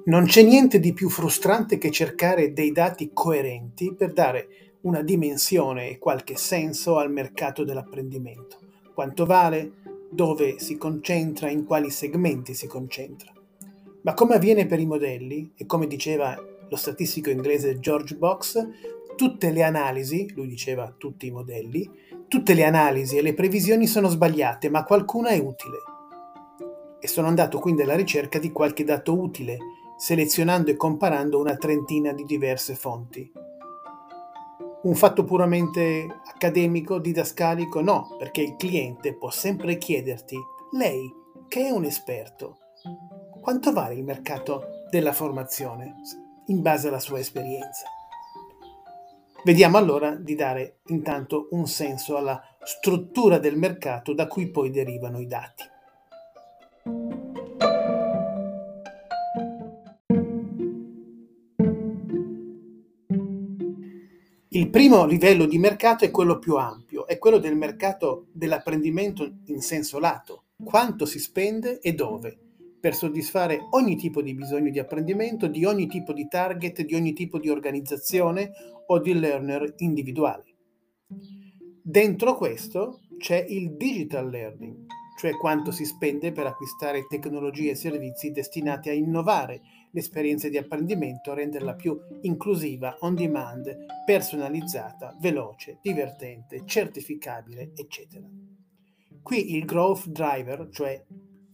Non c'è niente di più frustrante che cercare dei dati coerenti per dare una dimensione e qualche senso al mercato dell'apprendimento. Quanto vale? Dove si concentra? In quali segmenti si concentra? Ma come avviene per i modelli, e come diceva lo statistico inglese George Box, tutte le analisi, lui diceva tutti i modelli, tutte le analisi e le previsioni sono sbagliate, ma qualcuna è utile. E sono andato quindi alla ricerca di qualche dato utile, selezionando e comparando una trentina di diverse fonti. Un fatto puramente accademico, didascalico? No, perché il cliente può sempre chiederti, lei, che è un esperto, quanto vale il mercato della formazione in base alla sua esperienza? Vediamo allora di dare intanto un senso alla struttura del mercato da cui poi derivano i dati. Il primo livello di mercato è quello più ampio, è quello del mercato dell'apprendimento in senso lato. Quanto si spende e dove, per soddisfare ogni tipo di bisogno di apprendimento, di ogni tipo di target, di ogni tipo di organizzazione o di learner individuale. Dentro questo c'è il digital learning, cioè quanto si spende per acquistare tecnologie e servizi destinati a innovare l'esperienza di apprendimento, renderla più inclusiva, on demand, personalizzata, veloce, divertente, certificabile, eccetera. Qui il growth driver, cioè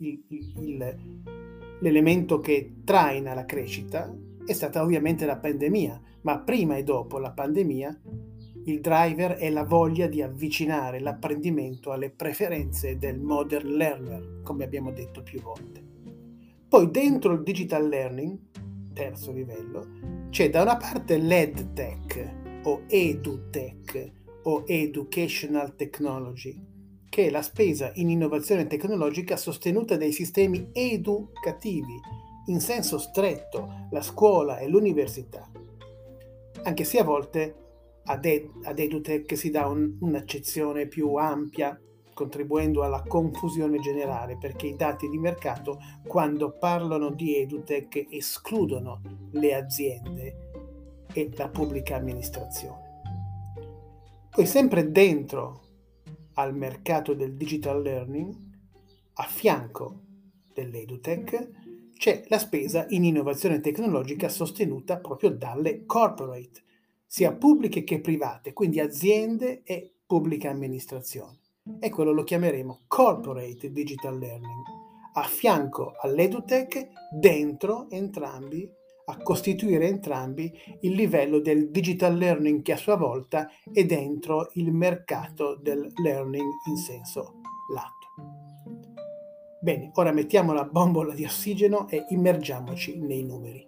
l'elemento che traina la crescita, è stata ovviamente la pandemia, ma prima e dopo la pandemia il driver è la voglia di avvicinare l'apprendimento alle preferenze del modern learner, come abbiamo detto più volte. Poi dentro il digital learning, terzo livello, c'è da una parte l'EdTech o EduTech o Educational Technology, che è la spesa in innovazione tecnologica sostenuta dai sistemi educativi, in senso stretto, la scuola e l'università. Anche se a volte ad EduTech si dà un'accezione più ampia, contribuendo alla confusione generale, perché i dati di mercato, quando parlano di EduTech, escludono le aziende e la pubblica amministrazione. Poi sempre dentro al mercato del digital learning, a fianco dell'EduTech, c'è la spesa in innovazione tecnologica sostenuta proprio dalle corporate, sia pubbliche che private, quindi aziende e pubblica amministrazione. E quello lo chiameremo corporate digital learning, a fianco all'EduTech, dentro entrambi, a costituire entrambi il livello del digital learning che a sua volta è dentro il mercato del learning in senso lato. Bene, ora mettiamo la bombola di ossigeno e immergiamoci nei numeri.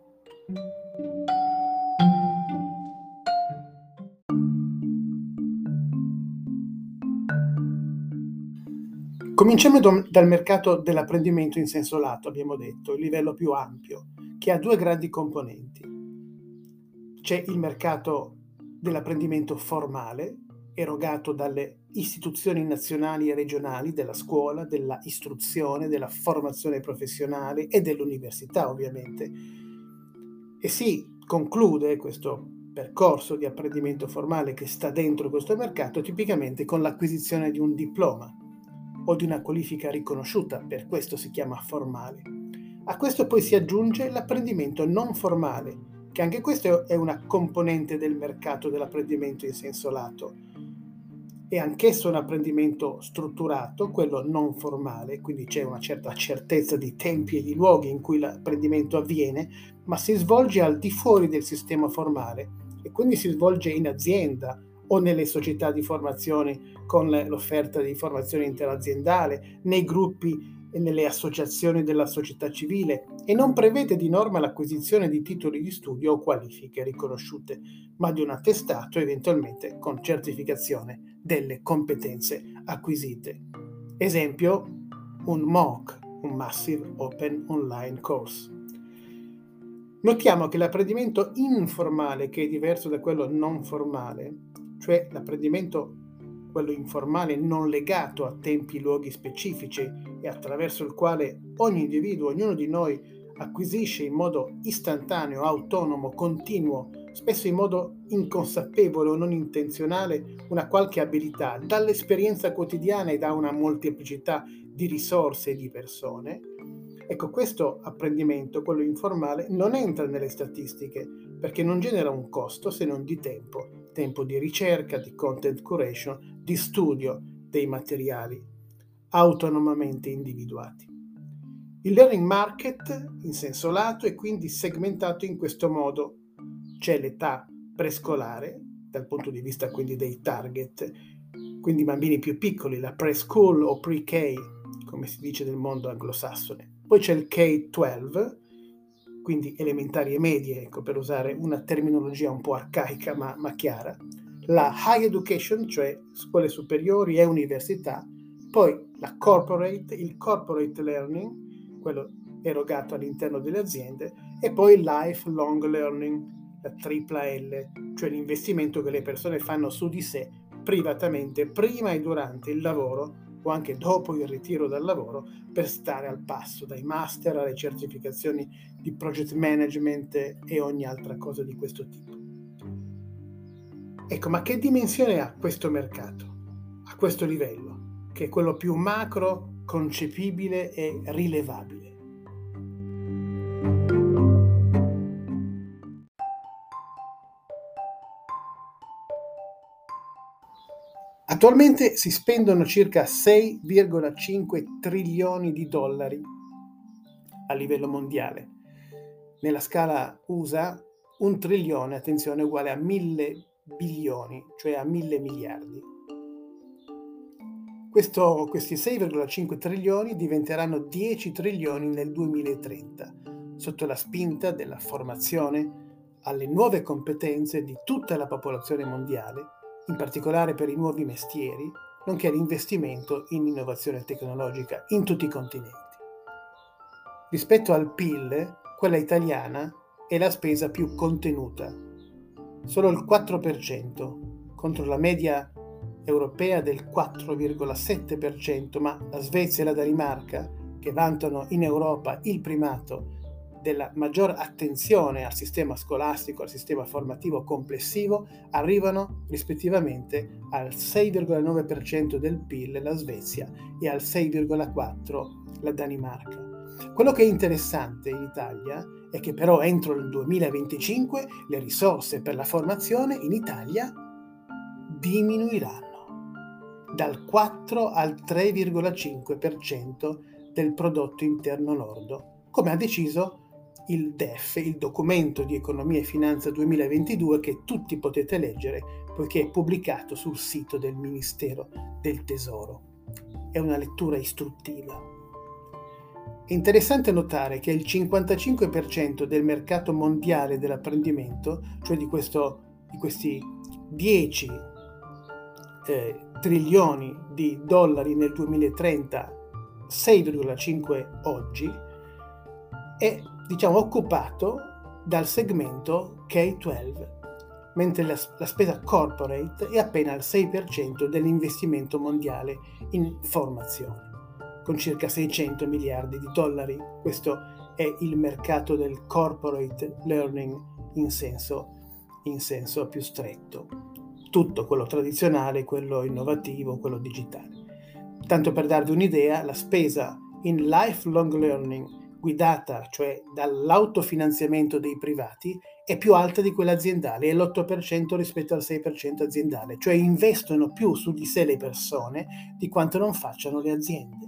Cominciamo dal mercato dell'apprendimento in senso lato, abbiamo detto, il livello più ampio, che ha due grandi componenti. C'è il mercato dell'apprendimento formale, erogato dalle istituzioni nazionali e regionali, della scuola, della istruzione, della formazione professionale e dell'università, ovviamente. E si conclude questo percorso di apprendimento formale che sta dentro questo mercato tipicamente con l'acquisizione di un diploma o di una qualifica riconosciuta, per questo si chiama formale. A questo poi si aggiunge l'apprendimento non formale, che anche questo è una componente del mercato dell'apprendimento in senso lato. È anch'esso un apprendimento strutturato, quello non formale, quindi c'è una certa certezza di tempi e di luoghi in cui l'apprendimento avviene, ma si svolge al di fuori del sistema formale e quindi si svolge in azienda o nelle società di formazione con l'offerta di formazione interaziendale, nei gruppi e nelle associazioni della società civile e non prevede di norma l'acquisizione di titoli di studio o qualifiche riconosciute, ma di un attestato eventualmente con certificazione delle competenze acquisite. Esempio, un MOOC, un Massive Open Online Course. Notiamo che l'apprendimento informale, che è diverso da quello non formale, cioè l'apprendimento, quello informale non legato a tempi e luoghi specifici e attraverso il quale ogni individuo, ognuno di noi acquisisce in modo istantaneo, autonomo, continuo, spesso in modo inconsapevole o non intenzionale, una qualche abilità dall'esperienza quotidiana e da una molteplicità di risorse e di persone, ecco, questo apprendimento, quello informale, non entra nelle statistiche perché non genera un costo se non di tempo di ricerca, di content curation, di studio dei materiali autonomamente individuati. Il learning market in senso lato è quindi segmentato in questo modo. C'è l'età prescolare, dal punto di vista quindi dei target, quindi bambini più piccoli, la preschool o pre-K, come si dice nel mondo anglosassone. Poi c'è il K-12, quindi elementari e medie, ecco, per usare una terminologia un po' arcaica ma chiara. La high education, cioè scuole superiori e università. Poi la corporate, il corporate learning, quello erogato all'interno delle aziende, e poi il lifelong learning, la tripla L, cioè l'investimento che le persone fanno su di sé privatamente prima e durante il lavoro o anche dopo il ritiro dal lavoro per stare al passo, dai master alle certificazioni di project management e ogni altra cosa di questo tipo. Ecco, ma che dimensione ha questo mercato a questo livello, che è quello più macro, concepibile e rilevabile? Attualmente si spendono circa 6,5 trilioni di dollari a livello mondiale. Nella scala USA, 1 trilione, attenzione, è uguale a 1000 bilioni, cioè a 1000 miliardi. Questi 6,5 trilioni diventeranno 10 trilioni nel 2030, sotto la spinta della formazione alle nuove competenze di tutta la popolazione mondiale, in particolare per i nuovi mestieri, nonché l'investimento in innovazione tecnologica in tutti i continenti. Rispetto al PIL, quella italiana è la spesa più contenuta, solo il 4% contro la media europea del 4,7%, ma la Svezia e la Danimarca, che vantano in Europa il primato della maggior attenzione al sistema scolastico, al sistema formativo complessivo, arrivano rispettivamente al 6,9% del PIL la Svezia e al 6,4% la Danimarca. Quello che è interessante in Italia è che però entro il 2025 le risorse per la formazione in Italia diminuiranno dal 4 al 3,5% del prodotto interno lordo, come ha deciso il DEF, il Documento di Economia e Finanza 2022, che tutti potete leggere poiché è pubblicato sul sito del Ministero del Tesoro. È una lettura istruttiva. È interessante notare che il 55% del mercato mondiale dell'apprendimento, cioè di questi 10 trilioni di dollari nel 2030, 6,5 oggi, è occupato dal segmento K-12, mentre la spesa corporate è appena il 6% dell'investimento mondiale in formazione, con circa 600 miliardi di dollari. Questo è il mercato del corporate learning in senso più stretto. Tutto, quello tradizionale, quello innovativo, quello digitale. Tanto per darvi un'idea, la spesa in lifelong learning guidata, cioè dall'autofinanziamento dei privati, è più alta di quella aziendale, è l'8% rispetto al 6% aziendale, cioè investono più su di sé le persone di quanto non facciano le aziende.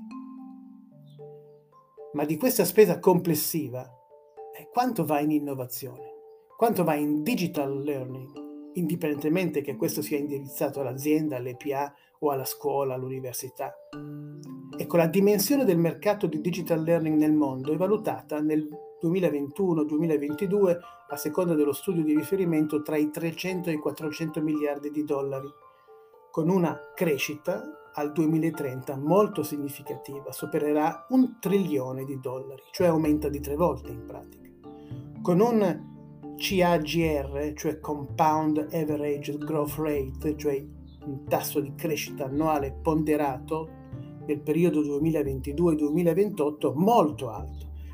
Ma di questa spesa complessiva, quanto va in innovazione? Quanto va in digital learning? Indipendentemente che questo sia indirizzato all'azienda, all'EPA o alla scuola, all'università. Ecco, la dimensione del mercato di digital learning nel mondo è valutata nel 2021-2022, a seconda dello studio di riferimento, tra i 300 e i 400 miliardi di dollari, con una crescita al 2030 molto significativa, supererà 1 trilione di dollari, cioè aumenta di 3 volte in pratica, con un CAGR, cioè Compound Average Growth Rate, cioè un tasso di crescita annuale ponderato nel periodo 2022-2028 molto alto,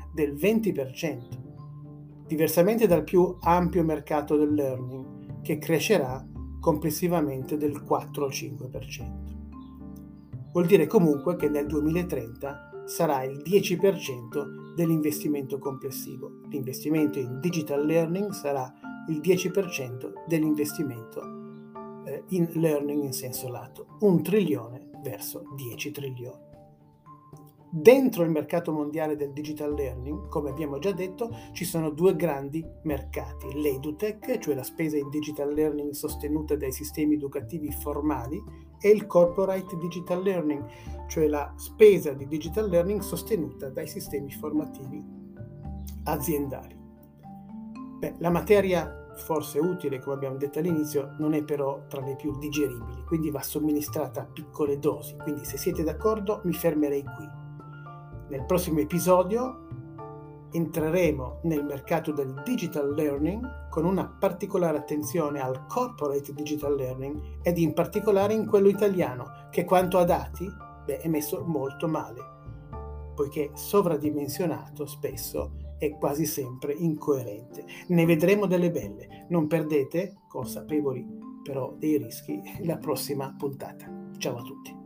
del 20%, diversamente dal più ampio mercato del learning, che crescerà complessivamente del 4-5%. Vuol dire comunque che nel 2030 sarà il 10% dell'investimento complessivo. L'investimento in digital learning sarà il 10% dell'investimento in learning in senso lato, 1 trilione verso 10 trilioni. Dentro il mercato mondiale del digital learning, come abbiamo già detto, ci sono due grandi mercati: l'EduTech, cioè la spesa in digital learning sostenuta dai sistemi educativi formali, e il Corporate Digital Learning, cioè la spesa di digital learning sostenuta dai sistemi formativi aziendali. La materia, forse utile, come abbiamo detto all'inizio, non è però tra le più digeribili, quindi va somministrata a piccole dosi. Quindi, se siete d'accordo, mi fermerei qui. Nel prossimo episodio entreremo nel mercato del digital learning con una particolare attenzione al corporate digital learning ed in particolare in quello italiano, che quanto a dati è messo molto male, poiché sovradimensionato spesso e quasi sempre incoerente. Ne vedremo delle belle. Non perdete, consapevoli però dei rischi, la prossima puntata. Ciao a tutti.